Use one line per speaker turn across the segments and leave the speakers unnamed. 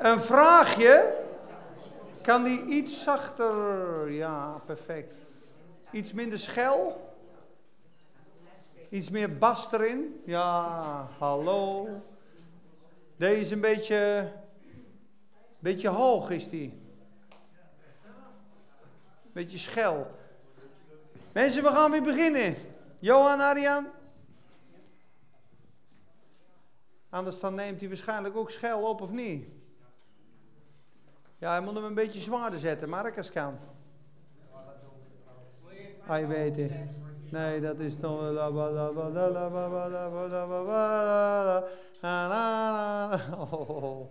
Een vraagje. Kan die iets zachter? Ja, perfect. Iets minder schel? Iets meer bas erin? Ja, hallo. Deze is een beetje hoog is die. Beetje schel. Mensen, we gaan weer beginnen. Johan, Arjan. Anders dan neemt hij waarschijnlijk ook schel op, of niet? Ja, hij moet hem een beetje zwaarder zetten, Marcus kan. Ah, je weet het. Nee, dat is toch... Oh.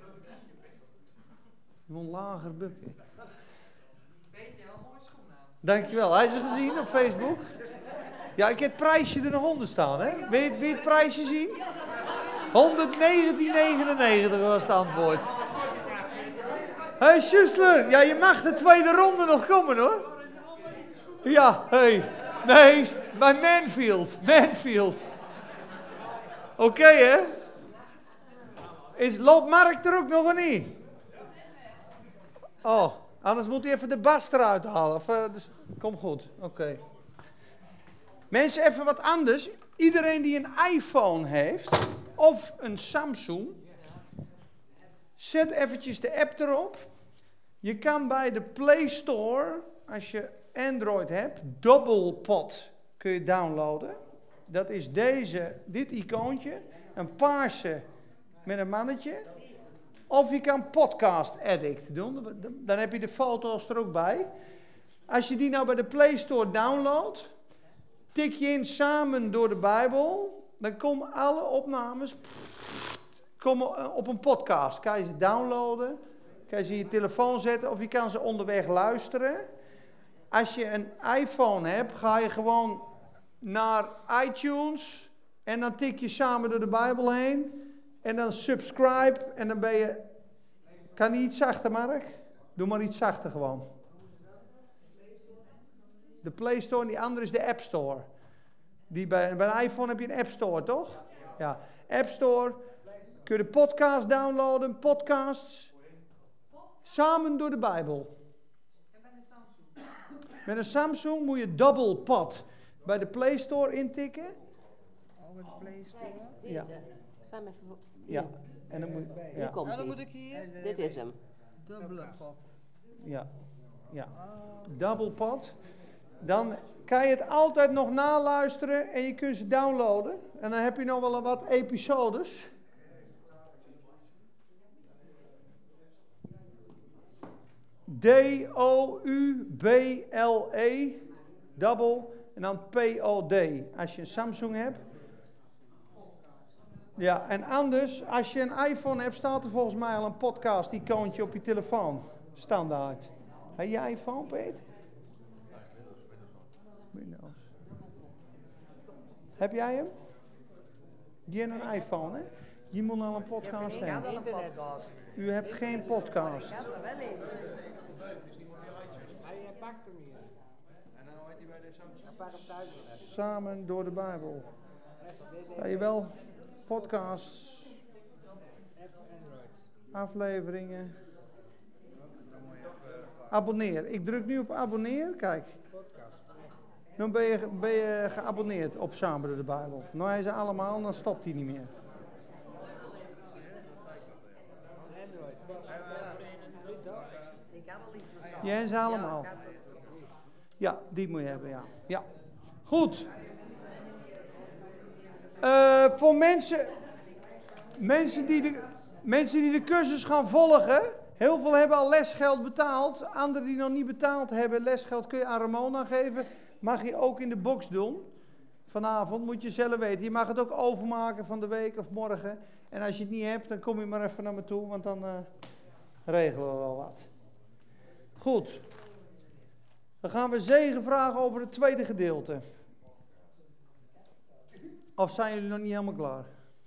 Je moet lager bukken.
Beetje wel mooi schoen aan.
Dankjewel. Hij is er gezien op Facebook? Ja, ik heb het prijsje er nog onder staan, hè? Wil je het prijsje zien? 119,99 was het antwoord. Hé, hey, Schussler. Ja, je mag de tweede ronde nog komen, hoor. Ja, hey. Nee, bij Manfield. Oké, hè? Loopt Mark er ook nog of niet? Oh, anders moet hij even de bas eruit halen. Dus, kom goed, oké. Mensen, even wat anders. Iedereen die een iPhone heeft, of een Samsung, zet eventjes de app erop. Je kan bij de Play Store, als je Android hebt, DoublePod kun je downloaden. Dat is dit icoontje, een paarse met een mannetje. Of je kan Podcast Addict doen, dan heb je de foto's er ook bij. Als je die nou bij de Play Store downloadt, tik je in Samen door de Bijbel, dan komen alle opnames op een podcast. Kan je ze downloaden, kan je ze in je telefoon zetten of je kan ze onderweg luisteren. Als je een iPhone hebt, ga je gewoon naar iTunes en dan tik je Samen door de Bijbel heen. En dan subscribe en dan ben je... Kan die iets zachter, Mark? Doe maar iets zachter gewoon. De Play Store en die andere is de App Store. Bij een iPhone heb je een App Store, toch? Ja. App Store. Kun je de podcast downloaden, podcasts. Samen door de Bijbel.
En met een Samsung.
Met een Samsung moet je DoublePod bij de Play Store intikken.
Oh, met de Play Store?
Ja.
Samen even...
Ja. En dan moet,
Hier komt
En dan
hij.
moet ik hier...
Dit is hem.
Dubbele pot.
Ja. DoublePod. Dan kan je het altijd nog naluisteren en je kunt ze downloaden. En dan heb je nog wel wat episodes. DOUBLE, double, en dan POD, als je een Samsung hebt. Ja, en anders, als je een iPhone hebt, staat er volgens mij al een podcast-icoontje op je telefoon. Standaard. Heb je iPhone, Peter? Windows. Heb jij hem? Die heeft een iPhone, hè? Je moet al een podcast
Ik had
hebben.
al een podcast.
U hebt geen podcast.
Ik had er wel een.
Hij pakt hem niet. En dan hoort hij bij de Samsung. Hij pakt hem thuis wel even.
Samen door de Bijbel. Heb je wel podcasts, afleveringen. Abonneer. Ik druk nu op abonneer. Kijk. Dan ben je geabonneerd op Samen door de Bijbel. Nou hij ze allemaal, dan stopt hij niet meer.
Ik had al iets van Sam.
Jij en ze allemaal.
Ja, ik had het.
Ja, die moet je hebben, ja. Ja. Goed. Voor mensen die de cursus gaan volgen, heel veel hebben al lesgeld betaald. Anderen die nog niet betaald hebben, lesgeld kun je aan Ramona geven. Mag je ook in de box doen. Vanavond moet je zelf weten. Je mag het ook overmaken van de week of morgen. En als je het niet hebt, dan kom je maar even naar me toe, want dan regelen we wel wat. Goed. Dan gaan we zegen vragen over het tweede gedeelte. Of zijn jullie nog niet helemaal klaar?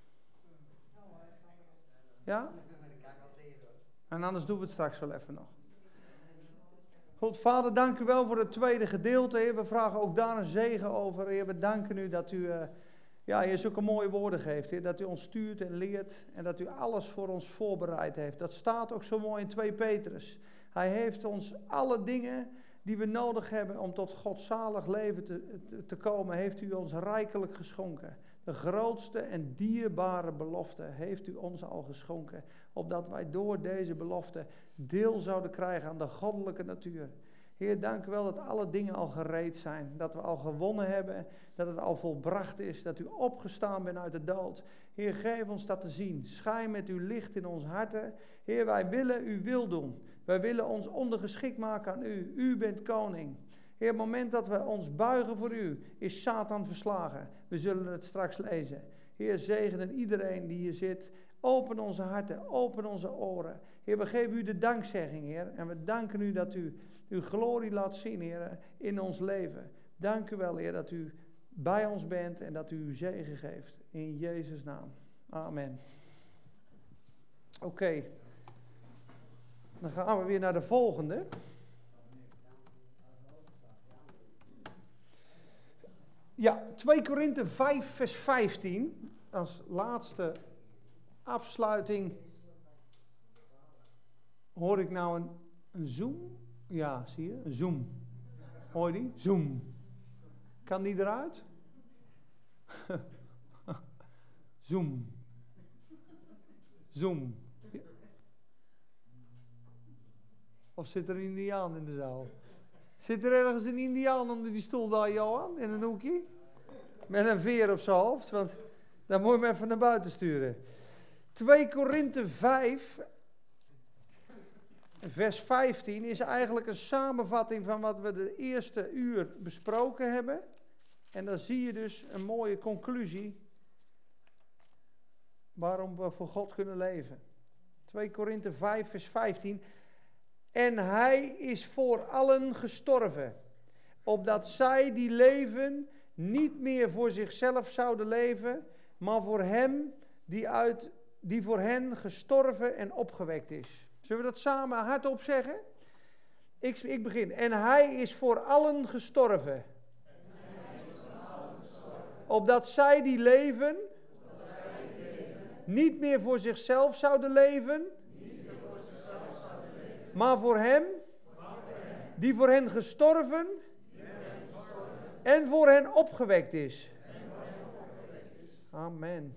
Ja? En anders doen we het straks wel even nog. Goed, Vader, dank u wel voor het tweede gedeelte, Heer. We vragen ook daar een zegen over, Heer. We danken u dat u Ja, Heer, zulke mooie woorden geeft, Heer, dat u ons stuurt en leert en dat u alles voor ons voorbereid heeft. Dat staat ook zo mooi in 2 Petrus. Hij heeft ons alle dingen die we nodig hebben om tot godzalig leven te komen, heeft u ons rijkelijk geschonken. De grootste en dierbare belofte heeft u ons al geschonken, opdat wij door deze belofte deel zouden krijgen aan de goddelijke natuur. Heer, dank u wel dat alle dingen al gereed zijn, dat we al gewonnen hebben, dat het al volbracht is, dat u opgestaan bent uit de dood. Heer, geef ons dat te zien. Schijn met uw licht in ons harten. Heer, wij willen uw wil doen. Wij willen ons ondergeschikt maken aan u. U bent koning. Heer, het moment dat we ons buigen voor u, is Satan verslagen. We zullen het straks lezen. Heer, zegenen iedereen die hier zit. Open onze harten, open onze oren. Heer, we geven u de dankzegging, Heer. En we danken u dat u uw glorie laat zien, Heer, in ons leven. Dank u wel, Heer, dat u bij ons bent en dat u uw zegen geeft. In Jezus' naam. Amen. Oké. Dan gaan we weer naar de volgende. Ja, 2 Korinthe 5 vers 15. Als laatste afsluiting. Hoor ik nou een zoom? Ja, zie je? Een zoom. Hoor je die? Zoom. Kan die eruit? Zoom. Zoom. Of zit er een Indiaan in de zaal? Zit er ergens een Indiaan onder die stoel daar, Johan? In een hoekje? Met een veer op zijn hoofd? Want dan moet je hem even naar buiten sturen. 2 Korinthe 5, vers 15 is eigenlijk een samenvatting van wat we de eerste uur besproken hebben. En dan zie je dus een mooie conclusie waarom we voor God kunnen leven. 2 Korinthe 5, vers 15. En hij is voor allen gestorven, opdat zij die leven niet meer voor zichzelf zouden leven, maar voor hem die voor hen gestorven en opgewekt is. Zullen we dat samen hardop zeggen? Ik begin. En hij is voor allen gestorven, opdat zij die leven niet meer voor zichzelf zouden leven, maar voor hem die voor hen gestorven en voor hen opgewekt is. Amen.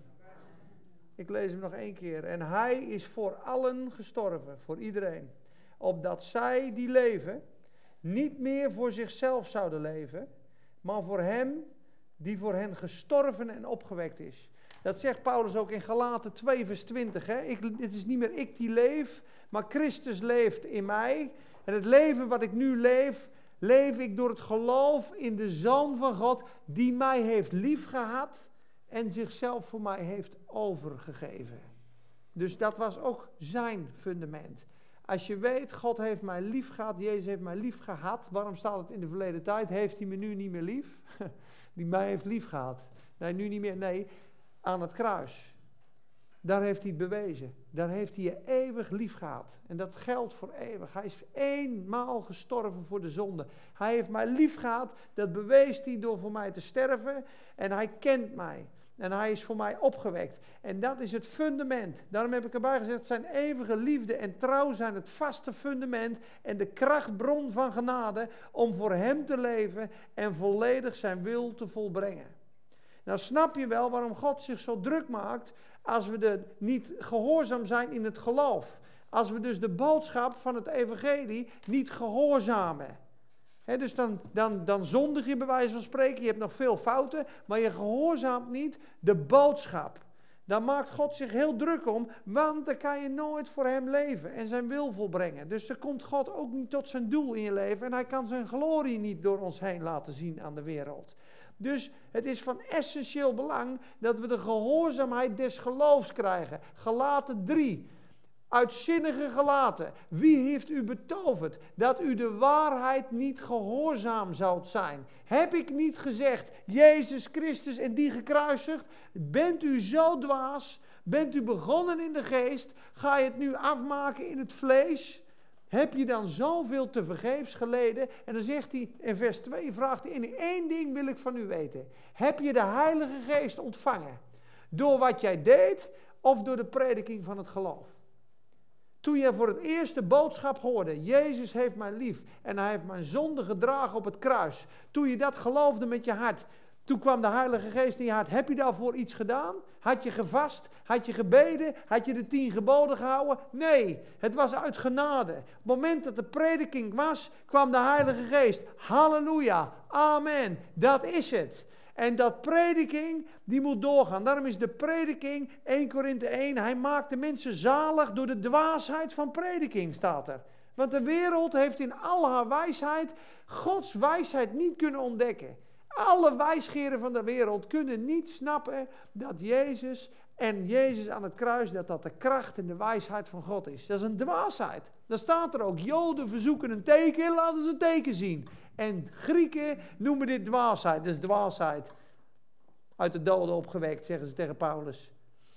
Ik lees hem nog 1 keer. En hij is voor allen gestorven, voor iedereen. Opdat zij die leven niet meer voor zichzelf zouden leven, maar voor hem die voor hen gestorven en opgewekt is. Dat zegt Paulus ook in Galaten 2 vers 20. Hè? Het is niet meer ik die leef, maar Christus leeft in mij. En het leven wat ik nu leef, leef ik door het geloof in de Zoon van God, die mij heeft liefgehad en zichzelf voor mij heeft overgegeven. Dus dat was ook zijn fundament. Als je weet, God heeft mij liefgehad, Jezus heeft mij liefgehad. Waarom staat het in de verleden tijd? Heeft hij me nu niet meer lief? Die mij heeft liefgehad. Nee, nu niet meer. Nee, aan het kruis. Daar heeft hij het bewezen. Daar heeft hij je eeuwig lief gehad. En dat geldt voor eeuwig. Hij is eenmaal gestorven voor de zonde. Hij heeft mij lief gehad. Dat bewees hij door voor mij te sterven. En hij kent mij. En hij is voor mij opgewekt. En dat is het fundament. Daarom heb ik erbij gezegd, zijn eeuwige liefde en trouw zijn het vaste fundament en de krachtbron van genade om voor hem te leven en volledig zijn wil te volbrengen. Nou snap je wel waarom God zich zo druk maakt als we niet gehoorzaam zijn in het geloof. Als we dus de boodschap van het evangelie niet gehoorzamen. Dus dan zondig je bij wijze van spreken, je hebt nog veel fouten, maar je gehoorzaamt niet de boodschap. Daar maakt God zich heel druk om, want dan kan je nooit voor hem leven en zijn wil volbrengen. Dus dan komt God ook niet tot zijn doel in je leven en hij kan zijn glorie niet door ons heen laten zien aan de wereld. Dus het is van essentieel belang dat we de gehoorzaamheid des geloofs krijgen. Galaten 3. Uitzinnige gelaten. Wie heeft u betoverd dat u de waarheid niet gehoorzaam zoudt zijn? Heb ik niet gezegd, Jezus Christus en die gekruisigd? Bent u zo dwaas? Bent u begonnen in de geest? Ga je het nu afmaken in het vlees? Heb je dan zoveel te vergeefs geleden? En dan zegt hij, in vers 2 vraagt hij, in één ding wil ik van u weten. Heb je de Heilige Geest ontvangen? Door wat jij deed of door de prediking van het geloof? Toen je voor het eerst de boodschap hoorde, Jezus heeft mij lief en hij heeft mijn zonde gedragen op het kruis. Toen je dat geloofde met je hart, toen kwam de Heilige Geest in je hart. Heb je daarvoor iets gedaan? Had je gevast? Had je gebeden? Had je de 10 geboden gehouden? Nee, het was uit genade. Op het moment dat de prediking was, kwam de Heilige Geest. Halleluja, amen, dat is het. En dat prediking, die moet doorgaan. Daarom is de prediking, 1 Korinthe 1, hij maakt de mensen zalig door de dwaasheid van prediking, staat er. Want de wereld heeft in al haar wijsheid Gods wijsheid niet kunnen ontdekken. Alle wijsgeren van de wereld kunnen niet snappen dat Jezus en Jezus aan het kruis, dat de kracht en de wijsheid van God is. Dat is een dwaasheid. Dan staat er ook, Joden verzoeken een teken, laten ze een teken zien. En Grieken noemen dit dwaasheid. Dat is dwaasheid. Uit de doden opgewekt, zeggen ze tegen Paulus.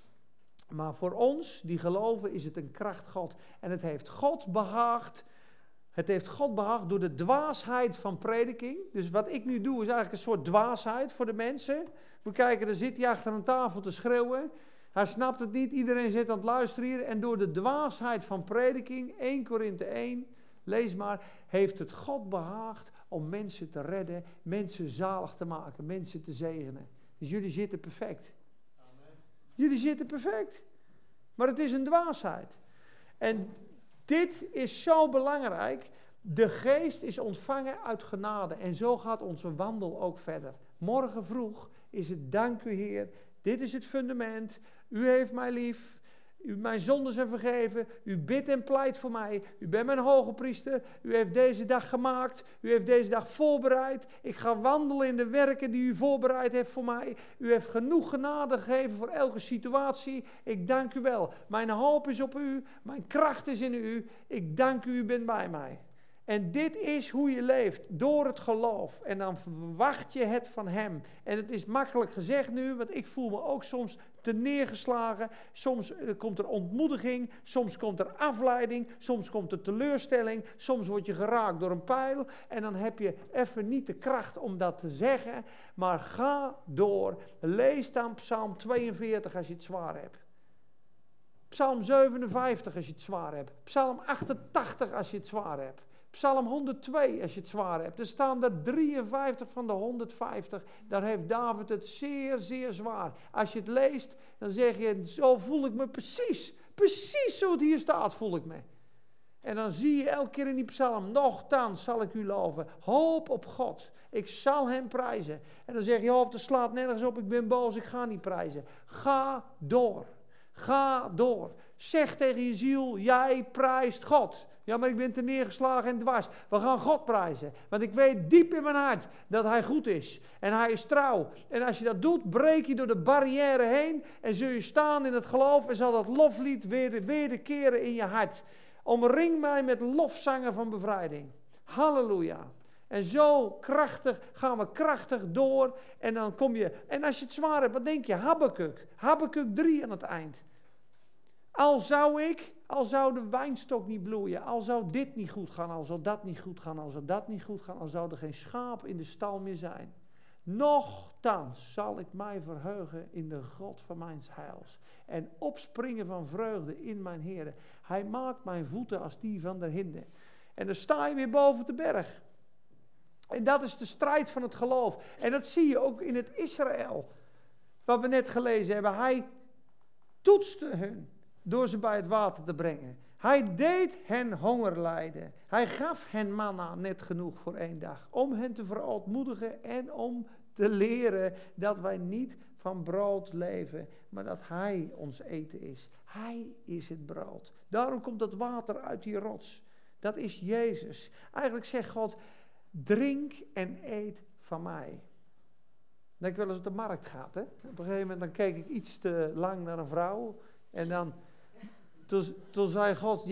Maar voor ons, die geloven, is het een kracht God. En het heeft God behaagd. Het heeft God behaagd door de dwaasheid van prediking. Dus wat ik nu doe is eigenlijk een soort dwaasheid voor de mensen. We kijken, dan zit hij achter een tafel te schreeuwen. Hij snapt het niet, iedereen zit aan het luisteren hier. En door de dwaasheid van prediking, 1 Korinthe 1, lees maar, heeft het God behaagd om mensen te redden, mensen zalig te maken, mensen te zegenen. Dus jullie zitten perfect. Amen. Jullie zitten perfect. Maar het is een dwaasheid. En dit is zo belangrijk. De geest is ontvangen uit genade. En zo gaat onze wandel ook verder. Morgen vroeg is het dank u Heer. Dit is het fundament. U heeft mij lief. Mijn zonden zijn vergeven. U bidt en pleit voor mij. U bent mijn hoge priester. U heeft deze dag gemaakt. U heeft deze dag voorbereid. Ik ga wandelen in de werken die u voorbereid heeft voor mij. U heeft genoeg genade gegeven voor elke situatie. Ik dank u wel. Mijn hoop is op u. Mijn kracht is in u. Ik dank u, u bent bij mij. En dit is hoe je leeft, door het geloof. En dan verwacht je het van hem. En het is makkelijk gezegd nu, want ik voel me ook soms te neergeslagen. Soms komt er ontmoediging, soms komt er afleiding, soms komt er teleurstelling. Soms word je geraakt door een pijl. En dan heb je even niet de kracht om dat te zeggen. Maar ga door. Lees dan Psalm 42 als je het zwaar hebt. Psalm 57 als je het zwaar hebt. Psalm 88 als je het zwaar hebt. Psalm 102 als je het zwaar hebt. Er staan er 53 van de 150. Daar heeft David het zeer, zeer zwaar. Als je het leest, dan zeg je, zo voel ik me precies. Precies zo het hier staat, voel ik me. En dan zie je elke keer in die psalm, nochtans zal ik u loven. Hoop op God. Ik zal hem prijzen. En dan zeg je, hoofd, er slaat nergens op, ik ben boos, ik ga niet prijzen. Ga door. Ga door. Zeg tegen je ziel, jij prijst God. Ja, maar ik ben te neergeslagen en dwars. We gaan God prijzen. Want ik weet diep in mijn hart dat hij goed is. En hij is trouw. En als je dat doet, breek je door de barrière heen. En zul je staan in het geloof. En zal dat loflied wederkeren in je hart. Omring mij met lofzangen van bevrijding. Halleluja. En zo krachtig gaan we krachtig door. En dan kom je. En als je het zwaar hebt, wat denk je? Habakuk 3 aan het eind. Al zou de wijnstok niet bloeien, al zou dit niet goed gaan, al zou dat niet goed gaan, al zou dat niet goed gaan, al zou er geen schaap in de stal meer zijn. Nochtans zal ik mij verheugen in de God van mijn heils en opspringen van vreugde in mijn Heere. Hij maakt mijn voeten als die van de hinde. En dan sta je weer boven de berg. En dat is de strijd van het geloof. En dat zie je ook in het Israël, wat we net gelezen hebben. Hij toetste hun door ze bij het water te brengen. Hij deed hen honger lijden. Hij gaf hen manna net genoeg voor 1 dag. Om hen te verootmoedigen en om te leren dat wij niet van brood leven, maar dat hij ons eten is. Hij is het brood. Daarom komt dat water uit die rots. Dat is Jezus. Eigenlijk zegt God, drink en eet van mij. Dat ik wel eens op de markt gaat. Hè? Op een gegeven moment dan keek ik iets te lang naar een vrouw. En dan, toen zei God,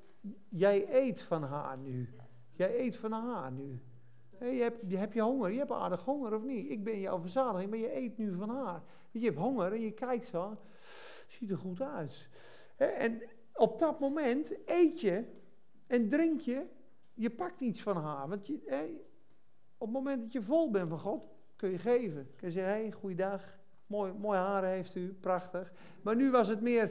jij eet van haar nu. Jij eet van haar nu. Hey, heb je honger? Je hebt aardig honger of niet? Ik ben jouw verzadiging, maar je eet nu van haar. Je hebt honger en je kijkt zo. Ziet er goed uit. En op dat moment eet je En drink je pakt iets van haar. Want op het moment dat je vol bent van God, kun je geven. Kun je zeggen, hey, goeiedag, mooi haar heeft u, prachtig. Maar nu was het meer,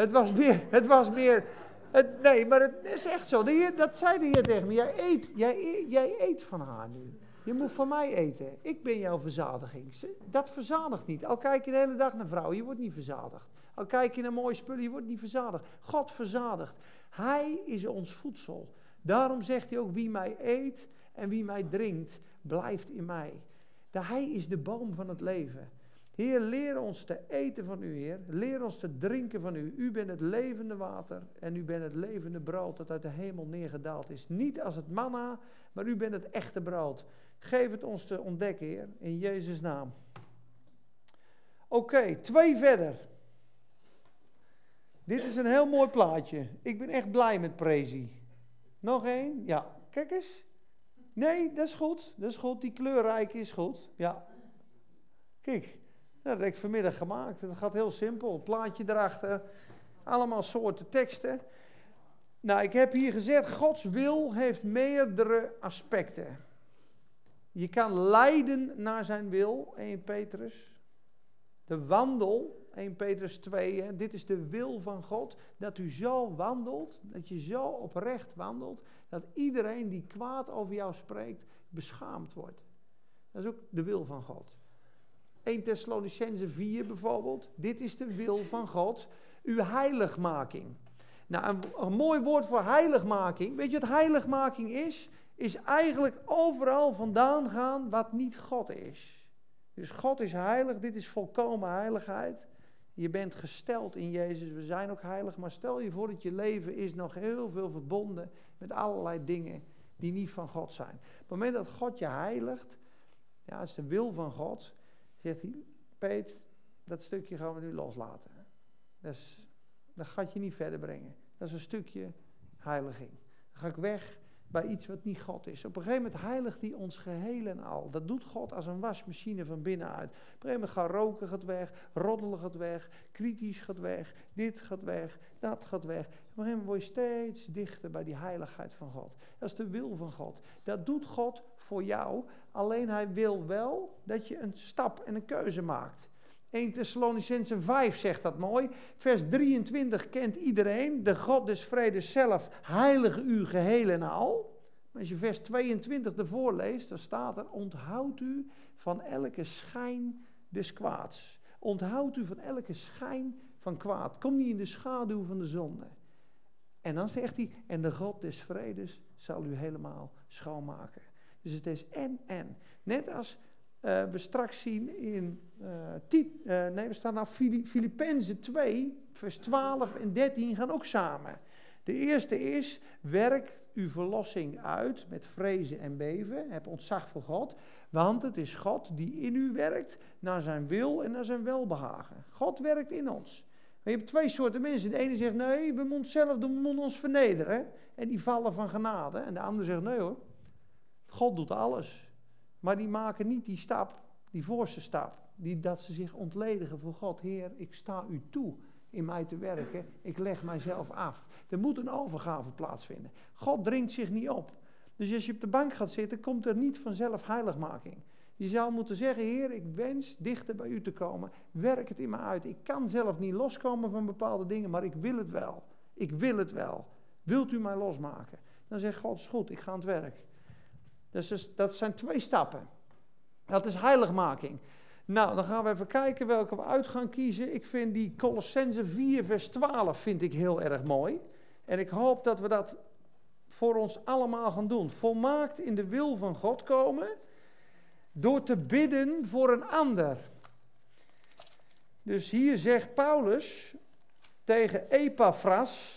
nee, maar het is echt zo. Dat zei de Heer tegen me, jij eet van haar nu. Je moet van mij eten. Ik ben jouw verzadiging. Dat verzadigt niet. Al kijk je de hele dag naar vrouwen, je wordt niet verzadigd. Al kijk je naar mooie spullen, je wordt niet verzadigd. God verzadigt. Hij is ons voedsel. Daarom zegt hij ook, wie mij eet en wie mij drinkt, blijft in mij. Hij is de boom van het leven. Heer, leer ons te eten van u, Heer. Leer ons te drinken van u. U bent het levende water en u bent het levende brood dat uit de hemel neergedaald is. Niet als het manna, maar u bent het echte brood. Geef het ons te ontdekken, Heer, in Jezus' naam. Oké, 2 verder. Dit is een heel mooi plaatje. Ik ben echt blij met Prezi. Nog 1? Ja, kijk eens. Nee, dat is goed. Dat is goed. Die kleurrijke is goed. Ja. Kijk, dat heb ik vanmiddag gemaakt. Het gaat heel simpel. Plaatje erachter. Allemaal soorten teksten. Nou, ik heb hier gezegd, Gods wil heeft meerdere aspecten. Je kan lijden naar zijn wil, 1 Petrus. De wandel, 1 Petrus 2, hè, dit is de wil van God, dat u zo wandelt, dat je zo oprecht wandelt, dat iedereen die kwaad over jou spreekt, beschaamd wordt. Dat is ook de wil van God. 1 Thessalonicenzen 4 bijvoorbeeld, dit is de wil van God, uw heiligmaking. Nou, een mooi woord voor heiligmaking, weet je wat heiligmaking is? Is eigenlijk overal vandaan gaan wat niet God is. Dus God is heilig, dit is volkomen heiligheid. Je bent gesteld in Jezus, we zijn ook heilig, maar stel je voor dat je leven is nog heel veel verbonden met allerlei dingen die niet van God zijn. Op het moment dat God je heiligt, ja, dat is de wil van God, zegt hij, Peet, dat stukje gaan we nu loslaten. Dat gaat je niet verder brengen. Dat is een stukje heiliging. Dan ga ik weg bij iets wat niet God is. Op een gegeven moment heiligt hij ons geheel en al. Dat doet God als een wasmachine van binnenuit. Op een gegeven moment gaat roken gaat weg, roddelen gaat weg, kritisch gaat weg, dit gaat weg, dat gaat weg. Op een gegeven moment word je steeds dichter bij die heiligheid van God. Dat is de wil van God. Dat doet God voor jou, alleen hij wil wel dat je een stap en een keuze maakt. 1 Thessalonicenzen 5 zegt dat mooi. Vers 23 kent iedereen. De God des vredes zelf heilige u geheel en al. Maar als je vers 22 ervoor leest, dan staat er, onthoud u van elke schijn des kwaads. Onthoud u van elke schijn van kwaad. Kom niet in de schaduw van de zonde. En dan zegt hij, en de God des vredes zal u helemaal schoonmaken. Dus het is en. Net als we straks zien in we staan nou Filippenzen 2, vers 12 en 13 gaan ook samen. De eerste is, werk uw verlossing uit met vrezen en beven, heb ontzag voor God, want het is God die in u werkt naar zijn wil en naar zijn welbehagen. God werkt in ons. Maar je hebt 2 soorten mensen. De ene zegt, nee, we moeten het zelf doen, we moeten ons vernederen. En die vallen van genade. En de andere zegt, nee hoor, God doet alles. Maar die maken niet die stap, die voorste stap. Dat ze zich ontledigen voor God. Heer, ik sta u toe in mij te werken. Ik leg mijzelf af. Er moet een overgave plaatsvinden. God dringt zich niet op. Dus als je op de bank gaat zitten, komt er niet vanzelf heiligmaking. Je zou moeten zeggen, Heer, ik wens dichter bij u te komen. Werk het in me uit. Ik kan zelf niet loskomen van bepaalde dingen, maar ik wil het wel. Ik wil het wel. Wilt u mij losmaken? Dan zegt God, is goed, ik ga aan het werk. Dus dat zijn 2 stappen. Dat is heiligmaking. Nou, dan gaan we even kijken welke we uit gaan kiezen. Ik vind die Kolossenzen 4 vers 12 vind ik heel erg mooi. En ik hoop dat we dat voor ons allemaal gaan doen. Volmaakt in de wil van God komen door te bidden voor een ander. Dus hier zegt Paulus tegen Epaphras,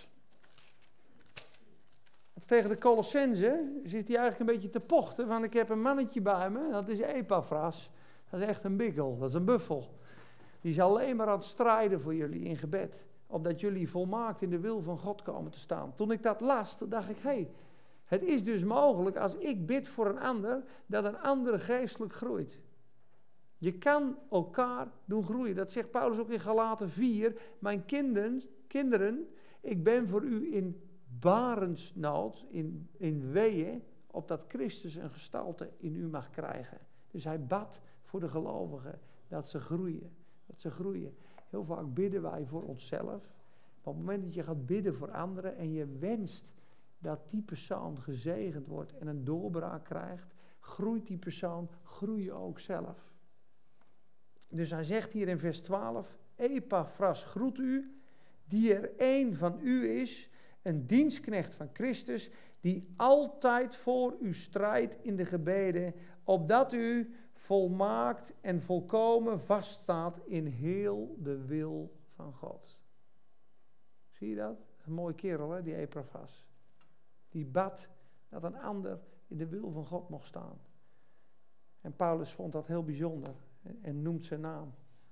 tegen de Kolossenzen, zit hij eigenlijk een beetje te pochten, van ik heb een mannetje bij me, dat is Epaphras. Dat is echt een bikkel, dat is een buffel. Die is alleen maar aan het strijden voor jullie in gebed. Opdat jullie volmaakt in de wil van God komen te staan. Toen ik dat las, dacht ik, het is dus mogelijk als ik bid voor een ander, dat een ander geestelijk groeit. Je kan elkaar doen groeien. Dat zegt Paulus ook in Galaten 4. Mijn kinderen, ik ben voor u in barensnood, in weeën, opdat Christus een gestalte in u mag krijgen. Dus hij bad voor de gelovigen dat ze groeien. Dat ze groeien. Heel vaak bidden wij voor onszelf. Maar op het moment dat je gaat bidden voor anderen en je wenst dat die persoon gezegend wordt en een doorbraak krijgt, groeit die persoon, groei je ook zelf. Dus hij zegt hier in vers 12, Epaphras groet u, die er een van u is, een dienstknecht van Christus, die altijd voor u strijdt in de gebeden, opdat u volmaakt en volkomen vaststaat in heel de wil van God. Zie je dat? Een mooie kerel, hè, die Epaphras. Die bad dat een ander in de wil van God mocht staan. En Paulus vond dat heel bijzonder en noemt zijn naam.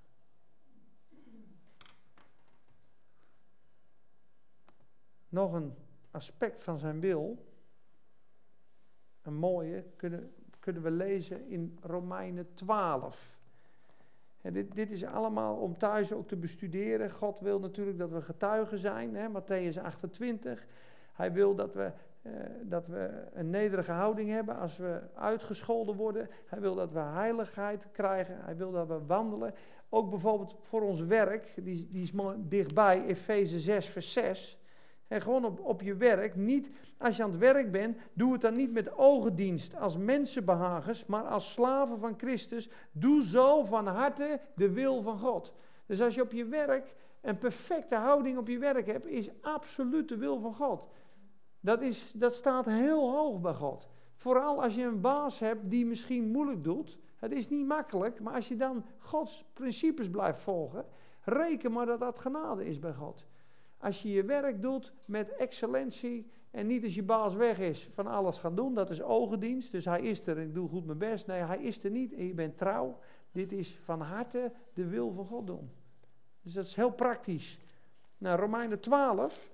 Nog een aspect van zijn wil, een mooie, kunnen we lezen in Romeinen 12. En dit is allemaal om thuis ook te bestuderen. God wil natuurlijk dat we getuigen zijn, hè, Mattheüs 28. Hij wil dat we een nederige houding hebben als we uitgescholden worden. Hij wil dat we heiligheid krijgen. Hij wil dat we wandelen. Ook bijvoorbeeld voor ons werk, die is mooi dichtbij, Efeze 6 vers 6. En gewoon op je werk, niet als je aan het werk bent, doe het dan niet met ogendienst als mensenbehagers, maar als slaven van Christus. Doe zo van harte de wil van God. Dus als je op je werk een perfecte houding op je werk hebt, is absoluut de wil van God. Dat staat heel hoog bij God. Vooral als je een baas hebt die misschien moeilijk doet. Het is niet makkelijk, maar als je dan Gods principes blijft volgen, reken maar dat dat genade is bij God. Als je je werk doet met excellentie en niet als je baas weg is van alles gaan doen, dat is ogendienst. Dus hij is er en ik doe goed mijn best. Nee, hij is er niet en je bent trouw. Dit is van harte de wil van God doen. Dus dat is heel praktisch. Nou, Romeinen 12.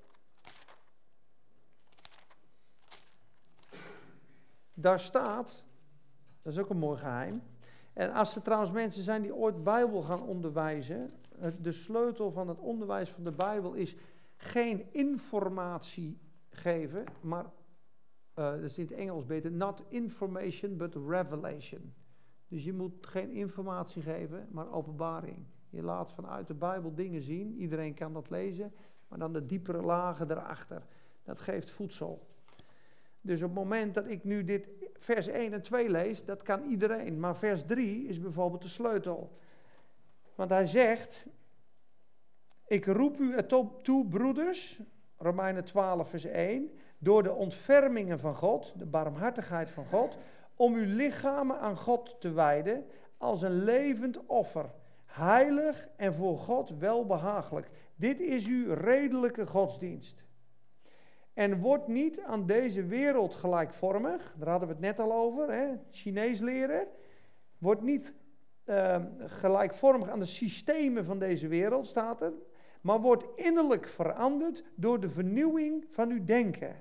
Daar staat, dat is ook een mooi geheim. En als er trouwens mensen zijn die ooit Bijbel gaan onderwijzen, de sleutel van het onderwijs van de Bijbel is geen informatie geven, maar, dat is in het Engels beter, not information but revelation. Dus je moet geen informatie geven, maar openbaring. Je laat vanuit de Bijbel dingen zien, iedereen kan dat lezen, maar dan de diepere lagen erachter. Dat geeft voedsel. Dus op het moment dat ik nu dit vers 1 en 2 lees, dat kan iedereen. Maar vers 3 is bijvoorbeeld de sleutel. Want hij zegt, ik roep u ertoe toe, broeders, Romeinen 12 vers 1, door de ontfermingen van God, de barmhartigheid van God, om uw lichamen aan God te wijden als een levend offer, heilig en voor God welbehagelijk. Dit is uw redelijke godsdienst. En wordt niet aan deze wereld gelijkvormig, daar hadden we het net al over, hè? Chinees leren, wordt niet gelijkvormig aan de systemen van deze wereld, staat er, maar wordt innerlijk veranderd door de vernieuwing van uw denken.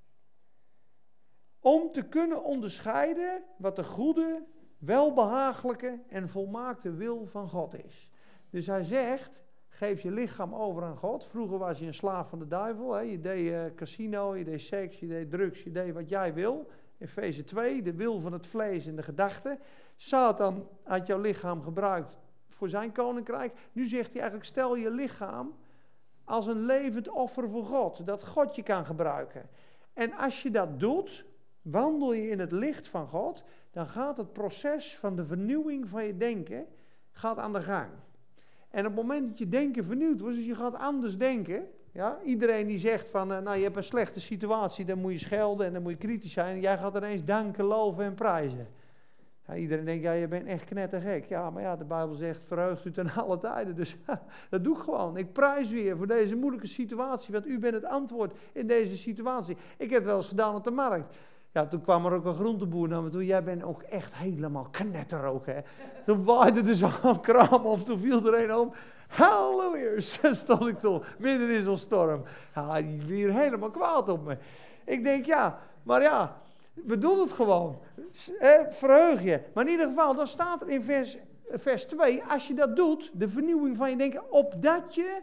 Om te kunnen onderscheiden wat de goede, welbehagelijke en volmaakte wil van God is. Dus hij zegt, geef je lichaam over aan God. Vroeger was je een slaaf van de duivel. Hè? Je deed casino, je deed seks, je deed drugs, je deed wat jij wil. Efeze 2, de wil van het vlees en de gedachten. Satan had jouw lichaam gebruikt voor zijn koninkrijk. Nu zegt hij eigenlijk, stel je lichaam als een levend offer voor God. Dat God je kan gebruiken. En als je dat doet, wandel je in het licht van God, dan gaat het proces van de vernieuwing van je denken gaat aan de gang. En op het moment dat je denken vernieuwd wordt, dus je gaat anders denken. Ja? Iedereen die zegt van, nou je hebt een slechte situatie, dan moet je schelden en dan moet je kritisch zijn. En jij gaat ineens danken, loven en prijzen. Ja, iedereen denkt, ja je bent echt knettergek. Ja, maar ja, de Bijbel zegt, verheugt u ten alle tijden. Dus dat doe ik gewoon. Ik prijs u weer voor deze moeilijke situatie, want u bent het antwoord in deze situatie. Ik heb het wel eens gedaan op de markt. Ja, toen kwam er ook een groenteboer naar me toe. Jij bent ook echt helemaal knetter ook, hè. Toen waaide er zo'n kraam of toen viel er een om. Halleluja, stond ik toen, midden in zo'n storm. Ja, die weer helemaal kwaad op me. Ik denk, ja, maar ja, we doen het gewoon. Verheug je. Maar in ieder geval, dan staat er in vers 2, als je dat doet, de vernieuwing van je denken, opdat je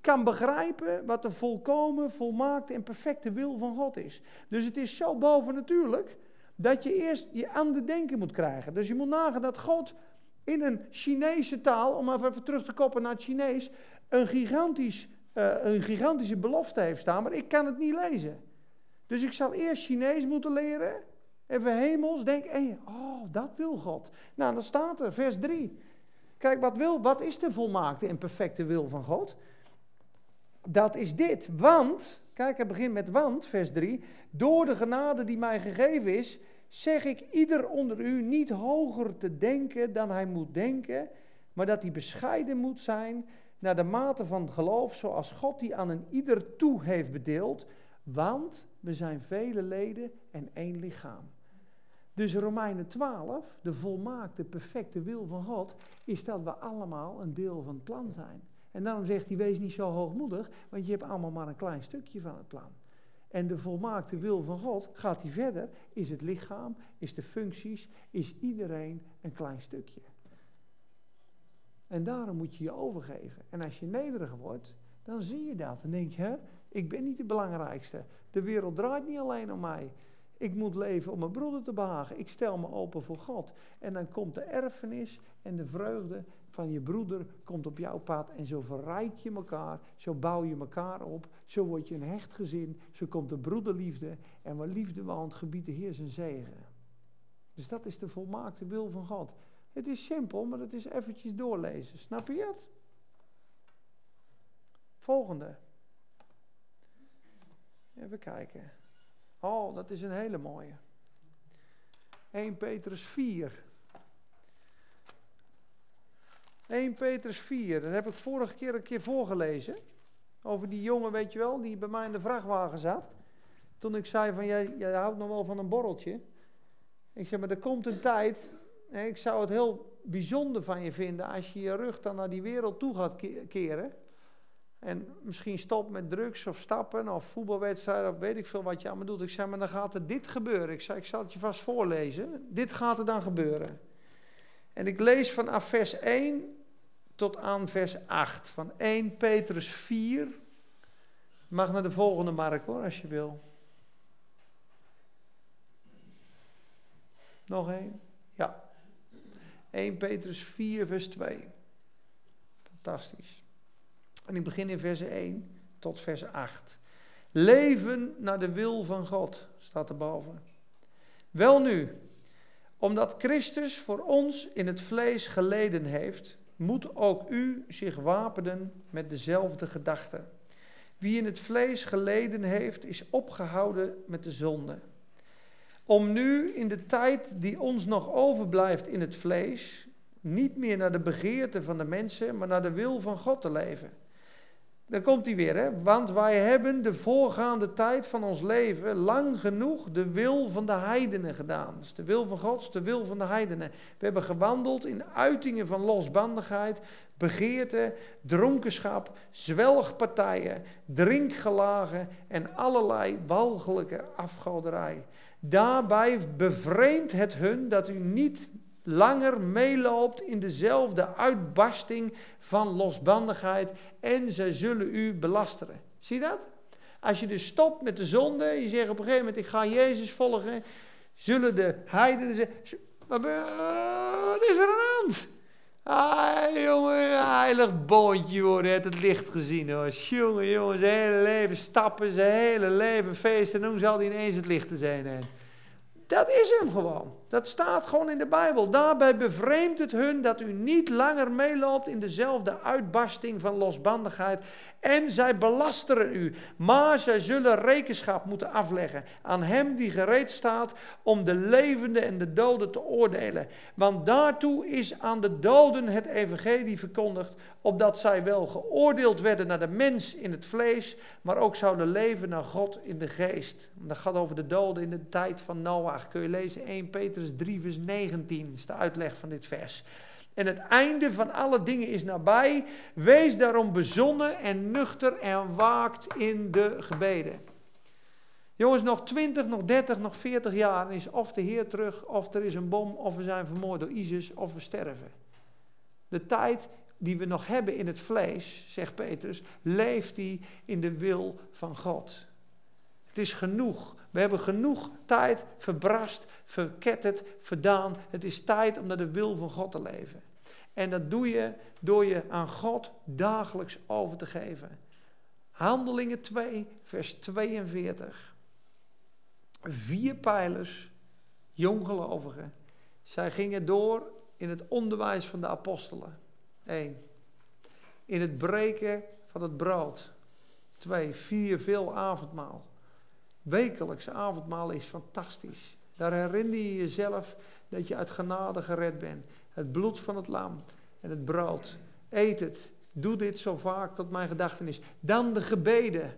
kan begrijpen wat de volkomen, volmaakte en perfecte wil van God is. Dus het is zo bovennatuurlijk dat je eerst je aan het denken moet krijgen. Dus je moet nagaan dat God in een Chinese taal, om even terug te koppelen naar het Chinees, een gigantische belofte heeft staan, maar ik kan het niet lezen. Dus ik zal eerst Chinees moeten leren, even hemels, denk, dat wil God. Nou, dan staat er, vers 3. Kijk, wat is de volmaakte en perfecte wil van God? Dat is dit, want, kijk, hij begint met want, vers 3. Door de genade die mij gegeven is, zeg ik ieder onder u niet hoger te denken dan hij moet denken, maar dat hij bescheiden moet zijn naar de mate van geloof, zoals God die aan een ieder toe heeft bedeeld, want we zijn vele leden en één lichaam. Dus Romeinen 12, de volmaakte, perfecte wil van God, is dat we allemaal een deel van het plan zijn. En daarom zegt hij, wees niet zo hoogmoedig, want je hebt allemaal maar een klein stukje van het plan. En de volmaakte wil van God, gaat hij verder, is het lichaam, is de functies, is iedereen een klein stukje. En daarom moet je je overgeven. En als je nederig wordt, dan zie je dat. Dan denk je, ik ben niet de belangrijkste. De wereld draait niet alleen om mij. Ik moet leven om mijn broeder te behagen. Ik stel me open voor God. En dan komt de erfenis en de vreugde van je broeder komt op jouw pad. En zo verrijk je elkaar, zo bouw je elkaar op. Zo word je een hecht gezin. Zo komt de broederliefde. En waar liefde woont, gebiedt de Heer zijn zegen. Dus dat is de volmaakte wil van God. Het is simpel, maar het is eventjes doorlezen. Snap je het? Volgende. Even kijken. Oh, dat is een hele mooie. 1 Petrus 4. 1 Petrus 4, dat heb ik vorige keer een keer voorgelezen. Over die jongen, weet je wel, die bij mij in de vrachtwagen zat. Toen ik zei van, jij houdt nog wel van een borreltje. Ik zeg, maar er komt een tijd, ik zou het heel bijzonder van je vinden als je je rug dan naar die wereld toe gaat keren. En misschien stopt met drugs of stappen of voetbalwedstrijden of weet ik veel wat je allemaal doet. Ik zei, maar dan gaat er dit gebeuren. Ik zei, ik zal het je vast voorlezen. Dit gaat er dan gebeuren. En ik lees vanaf vers 1 tot aan vers 8. Van 1 Petrus 4. Mag naar de volgende Mark hoor, als je wil. Nog één? Ja. 1 Petrus 4 vers 2. Fantastisch. En ik begin in vers 1 tot vers 8. Leven naar de wil van God, staat erboven. Welnu, omdat Christus voor ons in het vlees geleden heeft, moet ook u zich wapenen met dezelfde gedachten. Wie in het vlees geleden heeft, is opgehouden met de zonde. Om nu in de tijd die ons nog overblijft in het vlees, niet meer naar de begeerte van de mensen, maar naar de wil van God te leven. Dan komt hij weer, hè? Want wij hebben de voorgaande tijd van ons leven lang genoeg de wil van de heidenen gedaan. Dus de wil van God is de wil van de heidenen. We hebben gewandeld in uitingen van losbandigheid, begeerte, dronkenschap, zwelgpartijen, drinkgelagen en allerlei walgelijke afgoderij. Daarbij bevreemdt het hun dat u niet langer meeloopt in dezelfde uitbarsting van losbandigheid en zij zullen u belasteren. Zie je dat? Als je dus stopt met de zonde, je zegt op een gegeven moment ik ga Jezus volgen, zullen de heidenen zeggen, wat is er aan de hand? Jongen, heilig boontje hoor, heeft het licht gezien hoor. Jongen, zijn hele leven stappen, zijn hele leven feesten en hoe zal hij ineens het licht te zijn hè? Dat is hem gewoon. Dat staat gewoon in de Bijbel. Daarbij bevreemdt het hun dat u niet langer meeloopt in dezelfde uitbarsting van losbandigheid. En zij belasteren u. Maar zij zullen rekenschap moeten afleggen aan hem die gereed staat om de levenden en de doden te oordelen. Want daartoe is aan de doden het evangelie verkondigd, opdat zij wel geoordeeld werden naar de mens in het vlees, maar ook zouden leven naar God in de geest. Dat gaat over de doden in de tijd van Noach. Kun je lezen 1 Petrus 3 vers 19, is de uitleg van dit vers. En het einde van alle dingen is nabij. Wees daarom bezonnen en nuchter en waakt in de gebeden. Jongens, nog 20, nog 30, nog 40 jaar is of de Heer terug, of er is een bom, of we zijn vermoord door ISIS, of we sterven. De tijd die we nog hebben in het vlees, zegt Petrus, leeft die in de wil van God. Het is genoeg. We hebben genoeg tijd verbrast, verketterd, verdaan. Het is tijd om naar de wil van God te leven. En dat doe je door je aan God dagelijks over te geven. Handelingen 2, vers 42. 4 pijlers, jonggelovigen. Zij gingen door in het onderwijs van de apostelen. 1. In het breken van het brood. 2. 4. Veel avondmaal. Wekelijks avondmaal is fantastisch. Daar herinner je jezelf dat je uit genade gered bent. Het bloed van het lam en het brood. Eet het. Doe dit zo vaak tot mijn gedachtenis. Dan de gebeden.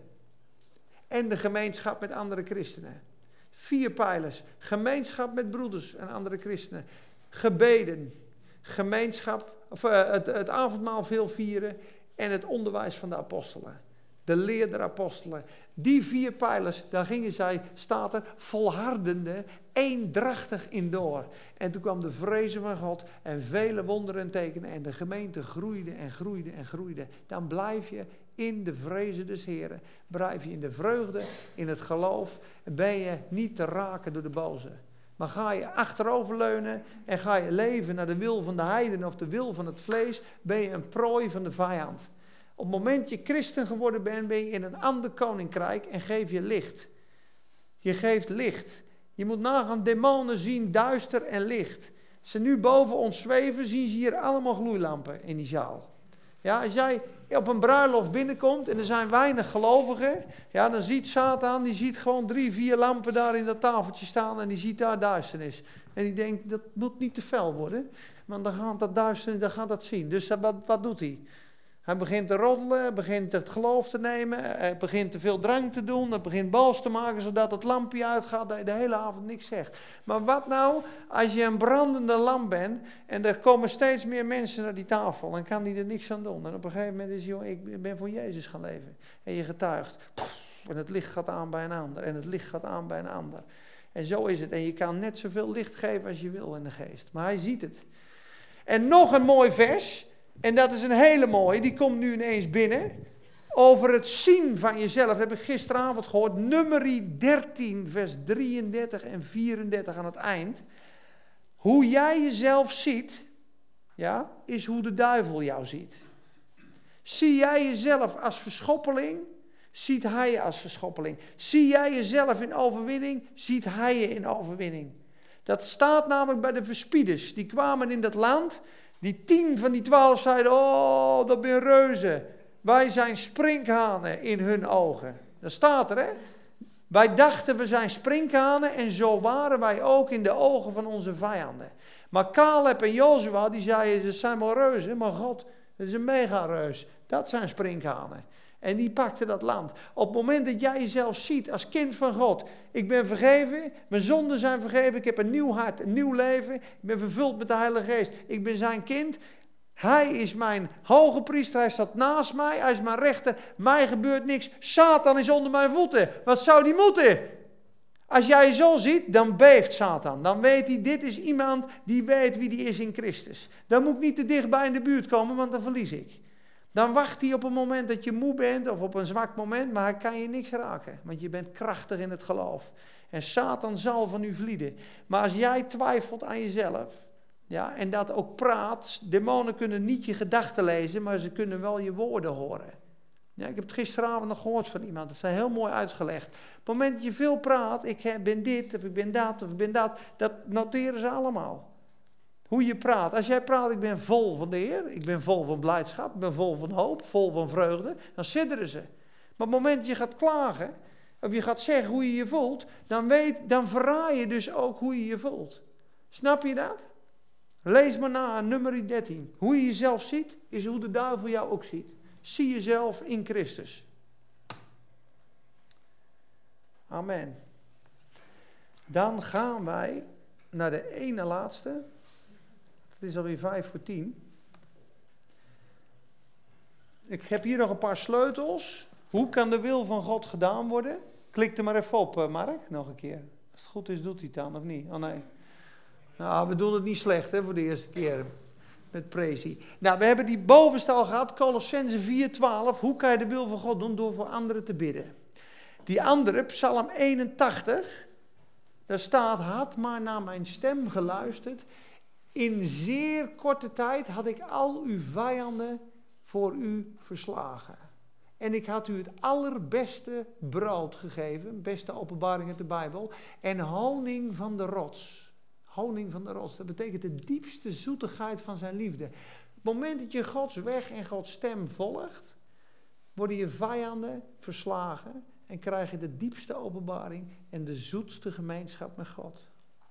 En de gemeenschap met andere christenen. 4 pijlers. Gemeenschap met broeders en andere christenen. Gebeden. Gemeenschap. Het avondmaal veel vieren. En het onderwijs van de apostelen. De leer der apostelen. Die 4 pijlers, daar gingen zij, staat er, volhardende, eendrachtig in door. En toen kwam de vrezen van God en vele wonderen en tekenen. En de gemeente groeide en groeide en groeide. Dan blijf je in de vrezen des Heren. Blijf je in de vreugde, in het geloof. En ben je niet te raken door de boze. Maar ga je achteroverleunen en ga je leven naar de wil van de heidenen of de wil van het vlees, ben je een prooi van de vijand. Op het moment je christen geworden bent, ben je in een ander koninkrijk en geef je licht. Je geeft licht. Je moet nagaan, demonen zien duister en licht. Als ze nu boven ons zweven, zien ze hier allemaal gloeilampen in die zaal. Ja, als jij op een bruiloft binnenkomt en er zijn weinig gelovigen, ja, dan ziet Satan, die ziet gewoon 3, 4 lampen daar in dat tafeltje staan en die ziet daar duisternis. En die denkt, dat moet niet te fel worden, want dan gaat dat duisternis, dan gaat dat zien. Dus wat doet hij? Hij begint te roddelen, begint het geloof te nemen, hij begint te veel drank te doen, hij begint boos te maken zodat het lampje uitgaat, dat je de hele avond niks zegt. Maar wat nou als je een brandende lamp bent en er komen steeds meer mensen naar die tafel, dan kan die er niks aan doen. En op een gegeven moment is hij, joh, ik ben voor Jezus gaan leven. En je getuigt, en het licht gaat aan bij een ander, en het licht gaat aan bij een ander. En zo is het. En je kan net zoveel licht geven als je wil in de geest. Maar hij ziet het. En nog een mooi vers. En dat is een hele mooie, die komt nu ineens binnen. Over het zien van jezelf, dat heb ik gisteravond gehoord. Numeri 13, vers 33 en 34 aan het eind. Hoe jij jezelf ziet, ja, is hoe de duivel jou ziet. Zie jij jezelf als verschoppeling, ziet hij je als verschoppeling. Zie jij jezelf in overwinning, ziet hij je in overwinning. Dat staat namelijk bij de verspieders. Die kwamen in dat land. Die 10 van die 12 zeiden, oh, dat ben reuzen. Wij zijn sprinkhanen in hun ogen. Dat staat er, hè. Wij dachten, we zijn sprinkhanen en zo waren wij ook in de ogen van onze vijanden. Maar Caleb en Jozua, die zeiden, ze zijn wel reuzen, maar God, dat is een mega-reus. Dat zijn sprinkhanen. En die pakte dat land. Op het moment dat jij jezelf ziet als kind van God. Ik ben vergeven, mijn zonden zijn vergeven. Ik heb een nieuw hart, een nieuw leven. Ik ben vervuld met de Heilige Geest. Ik ben zijn kind. Hij is mijn hoge priester. Hij staat naast mij. Hij is mijn rechter. Mij gebeurt niks. Satan is onder mijn voeten. Wat zou die moeten? Als jij je zo ziet, dan beeft Satan. Dan weet hij, dit is iemand die weet wie die is in Christus. Dan moet ik niet te dichtbij in de buurt komen, want dan verlies ik. Dan wacht hij op een moment dat je moe bent of op een zwak moment, maar hij kan je niks raken. Want je bent krachtig in het geloof. En Satan zal van u vlieden. Maar als jij twijfelt aan jezelf, ja, en dat ook praat, demonen kunnen niet je gedachten lezen, maar ze kunnen wel je woorden horen. Ja, ik heb het gisteravond nog gehoord van iemand, dat is heel mooi uitgelegd. Op het moment dat je veel praat, ik ben dit of ik ben dat of ik ben dat, dat noteren ze allemaal. Hoe je praat. Als jij praat, ik ben vol van de Heer, ik ben vol van blijdschap, ik ben vol van hoop, vol van vreugde, dan sidderen ze. Maar op het moment dat je gaat klagen, of je gaat zeggen hoe je je voelt, dan verraai je dus ook hoe je je voelt. Snap je dat? Lees maar na, nummer 13. Hoe je jezelf ziet, is hoe de duivel jou ook ziet. Zie jezelf in Christus. Amen. Dan gaan wij naar de ene laatste. Het is alweer 9:55. Ik heb hier nog een paar sleutels. Hoe kan de wil van God gedaan worden? Klik er maar even op, Mark, nog een keer. Als het goed is, doet hij het dan, of niet? Oh nee. Nou, we doen het niet slecht, hè, voor de eerste keer. met presie. Nou, we hebben die bovenste al gehad, Colossenzen 4:12. Hoe kan je de wil van God doen? Door voor anderen te bidden. Die andere, Psalm 81, daar staat, had maar naar mijn stem geluisterd. In zeer korte tijd had ik al uw vijanden voor u verslagen. En ik had u het allerbeste brood gegeven, beste openbaring uit de Bijbel, en honing van de rots. Honing van de rots, dat betekent de diepste zoetigheid van zijn liefde. Op het moment dat je Gods weg en Gods stem volgt, worden je vijanden verslagen en krijg je de diepste openbaring en de zoetste gemeenschap met God.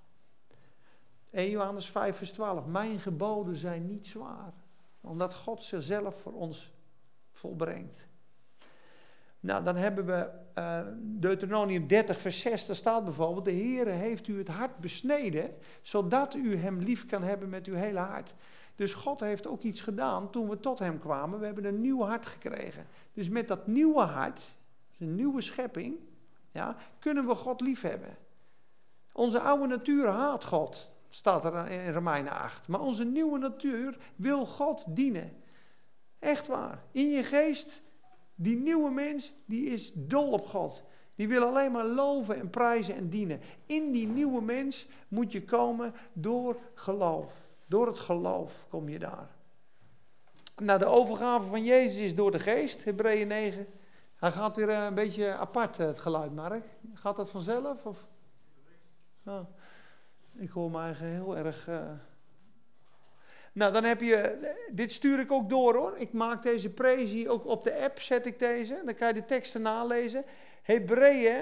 1 Johannes 5:12, mijn geboden zijn niet zwaar, omdat God zichzelf voor ons volbrengt. Nou, dan hebben we Deuteronomium 30:6, daar staat bijvoorbeeld, de Heere heeft u het hart besneden, zodat u hem lief kan hebben met uw hele hart. Dus God heeft ook iets gedaan toen we tot hem kwamen, we hebben een nieuw hart gekregen. Dus met dat nieuwe hart, een nieuwe schepping, ja, kunnen we God lief hebben. Onze oude natuur haat God, staat er in Romeinen 8. Maar onze nieuwe natuur wil God dienen. Echt waar. In je geest, die nieuwe mens, die is dol op God. Die wil alleen maar loven en prijzen en dienen. In die nieuwe mens moet je komen door geloof. Door het geloof kom je daar. Nou, de overgave van Jezus is door de geest, Hebreeën 9. Hij gaat weer een beetje apart, het geluid, Mark. Gaat dat vanzelf? Of? Oh, ik hoor me eigenlijk heel erg... Nou, dan heb je... Dit stuur ik ook door, hoor. Ik maak deze presie ook op de app, zet ik deze. Dan kan je de teksten nalezen. Hebreeën,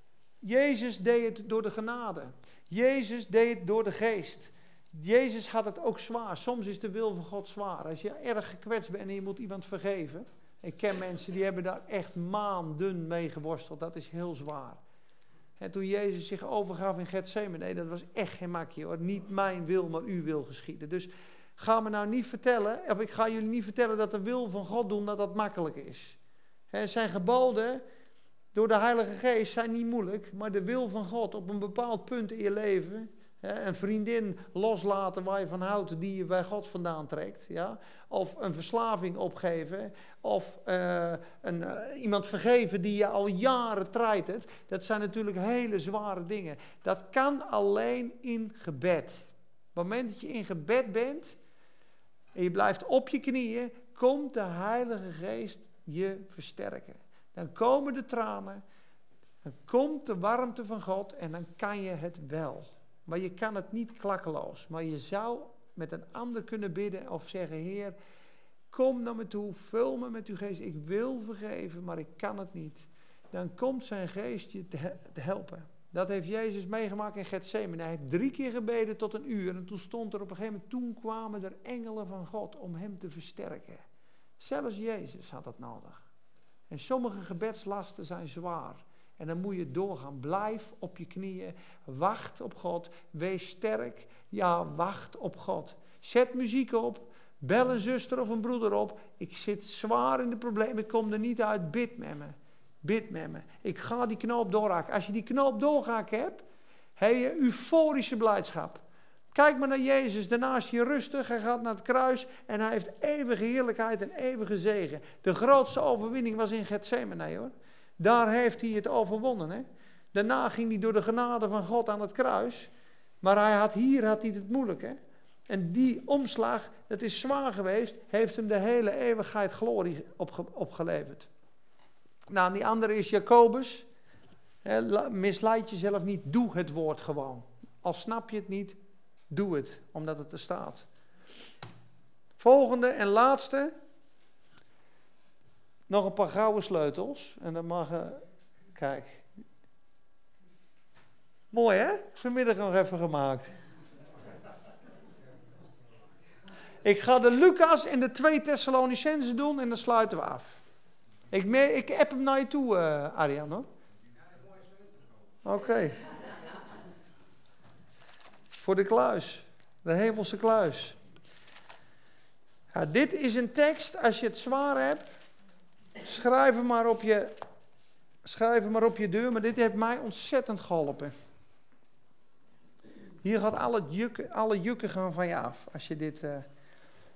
Jezus deed het door de genade. Jezus deed het door de geest. Jezus had het ook zwaar. Soms is de wil van God zwaar. Als je erg gekwetst bent en je moet iemand vergeven. Ik ken mensen die hebben daar echt maanden mee geworsteld. Dat is heel zwaar. En toen Jezus zich overgaf in Getsemane, dat was echt geen makje, hoor. Niet mijn wil, maar uw wil geschieden. Dus ga me nou niet vertellen, of ik ga jullie niet vertellen dat de wil van God doen, dat makkelijk is. Zijn geboden door de Heilige Geest zijn niet moeilijk, maar de wil van God op een bepaald punt in je leven, een vriendin loslaten waar je van houdt, die je bij God vandaan trekt, ja? Of een verslaving opgeven, of iemand vergeven die je al jaren treitert, dat zijn natuurlijk hele zware dingen. Dat kan alleen in gebed. Op het moment dat je in gebed bent en je blijft op je knieën, komt de Heilige Geest je versterken. Dan komen de tranen, dan komt de warmte van God en dan kan je het wel. Maar je kan het niet klakkeloos. Maar je zou met een ander kunnen bidden of zeggen, Heer, kom naar me toe, vul me met uw geest. Ik wil vergeven, maar ik kan het niet. Dan komt zijn geest je te helpen. Dat heeft Jezus meegemaakt in Getsemane. Hij heeft 3 keer gebeden tot 1 uur. En toen stond er op een gegeven moment, toen kwamen er engelen van God om hem te versterken. Zelfs Jezus had dat nodig. En sommige gebedslasten zijn zwaar. En dan moet je doorgaan. Blijf op je knieën. Wacht op God. Wees sterk. Ja, wacht op God. Zet muziek op. Bel een zuster of een broeder op. Ik zit zwaar in de problemen. Ik kom er niet uit. Bid met me. Bid met me. Ik ga die knoop doorhakken. Als je die knoop doorgehakken hebt, heb je euforische blijdschap. Kijk maar naar Jezus. Daarna is hij rustig. Hij gaat naar het kruis. En hij heeft eeuwige heerlijkheid en eeuwige zegen. De grootste overwinning was in Getsemane, hoor. Daar heeft hij het overwonnen. Hè? Daarna ging hij door de genade van God aan het kruis. Maar hier had hij het moeilijk. Hè? En die omslag, dat is zwaar geweest, heeft hem de hele eeuwigheid glorie opgeleverd. Nou, die andere is Jacobus. Misleid jezelf niet, doe het woord gewoon. Al snap je het niet, doe het, omdat het er staat. Volgende en laatste. Nog een paar gouden sleutels. En dan mag kijk. Mooi, hè? Vanmiddag nog even gemaakt. Ik ga de Lucas en de 2 Thessalonicenzen doen en dan sluiten we af. Ik app hem naar je toe, Arjan, hoor. Oké. Voor de kluis. De hemelse kluis. Ja, dit is een tekst, als je het zwaar hebt, schrijf hem maar op je deur, maar dit heeft mij ontzettend geholpen. Hier gaat alle jukken gaan van je af, als je dit...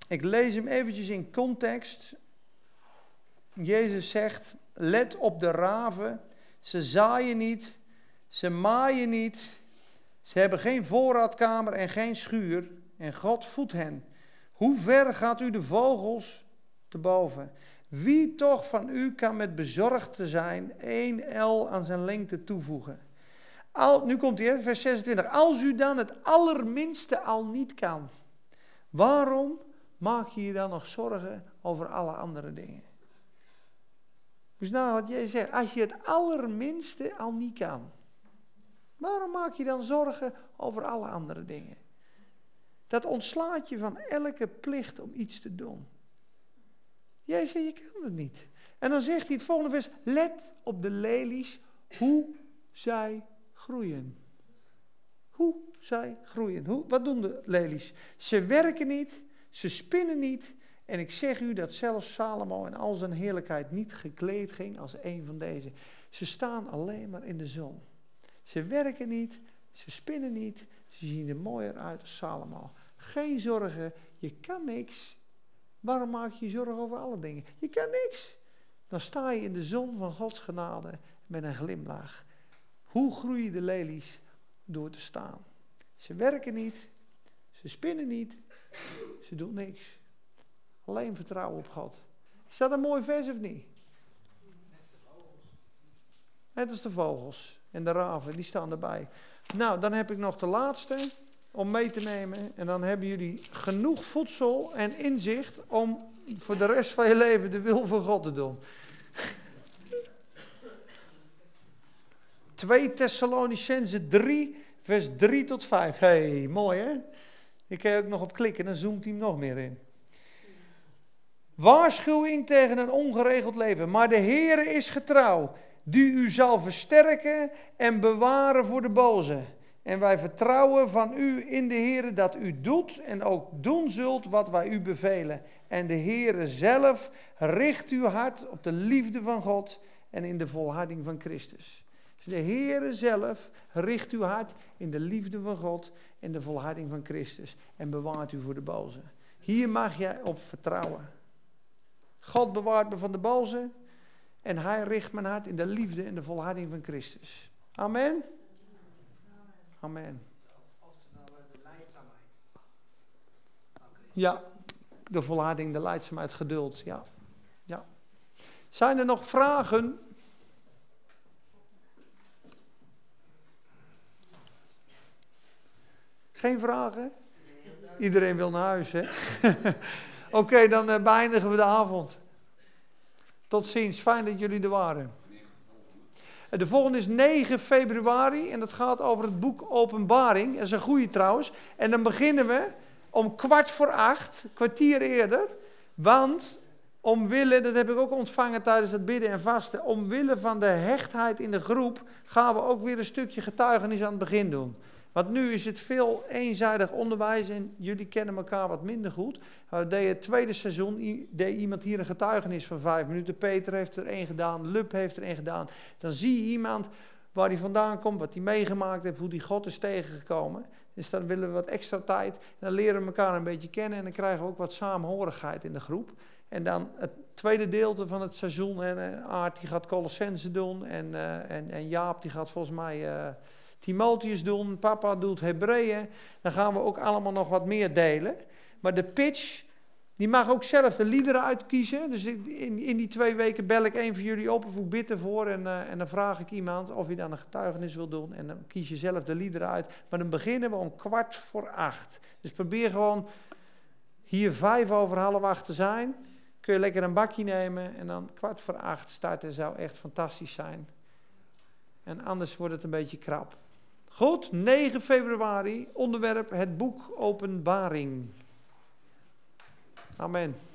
Ik lees hem eventjes in context. Jezus zegt, let op de raven. Ze zaaien niet, ze maaien niet. Ze hebben geen voorraadkamer en geen schuur. En God voedt hen. Hoe ver gaat u de vogels te boven? Wie toch van u kan met bezorgd te zijn 1 el aan zijn lengte toevoegen? Nu komt hij, vers 26. Als u dan het allerminste al niet kan, waarom maak je je dan nog zorgen over alle andere dingen? Dus nou wat jij zegt, als je het allerminste al niet kan, waarom maak je dan zorgen over alle andere dingen? Dat ontslaat je van elke plicht om iets te doen. Jij zegt, je kan het niet. En dan zegt hij het volgende vers, let op de lelies, hoe zij groeien. Hoe zij groeien. Wat doen de lelies? Ze werken niet, ze spinnen niet. En ik zeg u dat zelfs Salomo in al zijn heerlijkheid niet gekleed ging als een van deze. Ze staan alleen maar in de zon. Ze werken niet, ze spinnen niet, ze zien er mooier uit als Salomo. Geen zorgen, je kan niks. Waarom maak je je zorgen over alle dingen? Je kan niks. Dan sta je in de zon van Gods genade met een glimlach. Hoe groeien de lelies? Door te staan. Ze werken niet, ze spinnen niet, ze doen niks. Alleen vertrouwen op God. Is dat een mooi vers of niet? Net als de vogels en de raven, die staan erbij. Nou, dan heb ik nog de laatste om mee te nemen. En dan hebben jullie genoeg voedsel en inzicht om voor de rest van je leven de wil van God te doen. 2 Thessalonicenzen 3, vers 3 tot 5. Hey, mooi hè? Ik kan je ook nog op klikken, dan zoomt hij hem nog meer in. Waarschuwing tegen een ongeregeld leven. Maar de Heere is getrouw, die u zal versterken en bewaren voor de boze. En wij vertrouwen van u in de Heere dat u doet en ook doen zult wat wij u bevelen. En de Heere zelf richt uw hart op de liefde van God en in de volharding van Christus. Dus de Heere zelf richt uw hart in de liefde van God en de volharding van Christus. En bewaart u voor de boze. Hier mag jij op vertrouwen. God bewaart me van de boze en hij richt mijn hart in de liefde en de volharding van Christus. Amen. Amen. Ja, de volharding, de lijdzaamheid, geduld. Ja. Ja. Zijn er nog vragen? Geen vragen? Iedereen wil naar huis, hè? Oké, dan beëindigen we de avond. Tot ziens, fijn dat jullie er waren. De volgende is 9 februari en dat gaat over het boek Openbaring. Dat is een goeie trouwens. En dan beginnen we om 7:15, kwartier eerder. Want omwille, dat heb ik ook ontvangen tijdens het bidden en vasten. Omwille van de hechtheid in de groep gaan we ook weer een stukje getuigenis aan het begin doen. Want nu is het veel eenzijdig onderwijs en jullie kennen elkaar wat minder goed. We deden het tweede seizoen, deed iemand hier een getuigenis van 5 minuten. Peter heeft er 1 gedaan, Lub heeft er 1 gedaan. Dan zie je iemand waar hij vandaan komt, wat hij meegemaakt heeft, hoe die God is tegengekomen. Dus dan willen we wat extra tijd. Dan leren we elkaar een beetje kennen en dan krijgen we ook wat saamhorigheid in de groep. En dan het tweede deelte van het seizoen, en Aart die gaat Colossense doen en Jaap die gaat volgens mij Timotheus doen, papa doet Hebreeën. Dan gaan we ook allemaal nog wat meer delen. Maar de pitch, die mag ook zelf de liederen uitkiezen. Dus in die 2 weken bel ik een van jullie op of ik bid ervoor. En dan vraag ik iemand of hij dan een getuigenis wil doen. En dan kies je zelf de liederen uit. Maar dan beginnen we om 7:15. Dus probeer gewoon hier 7:45 te zijn. Kun je lekker een bakje nemen en dan 7:15 starten. Zou echt fantastisch zijn. En anders wordt het een beetje krap. Goed, 9 februari, onderwerp het boek Openbaring. Amen.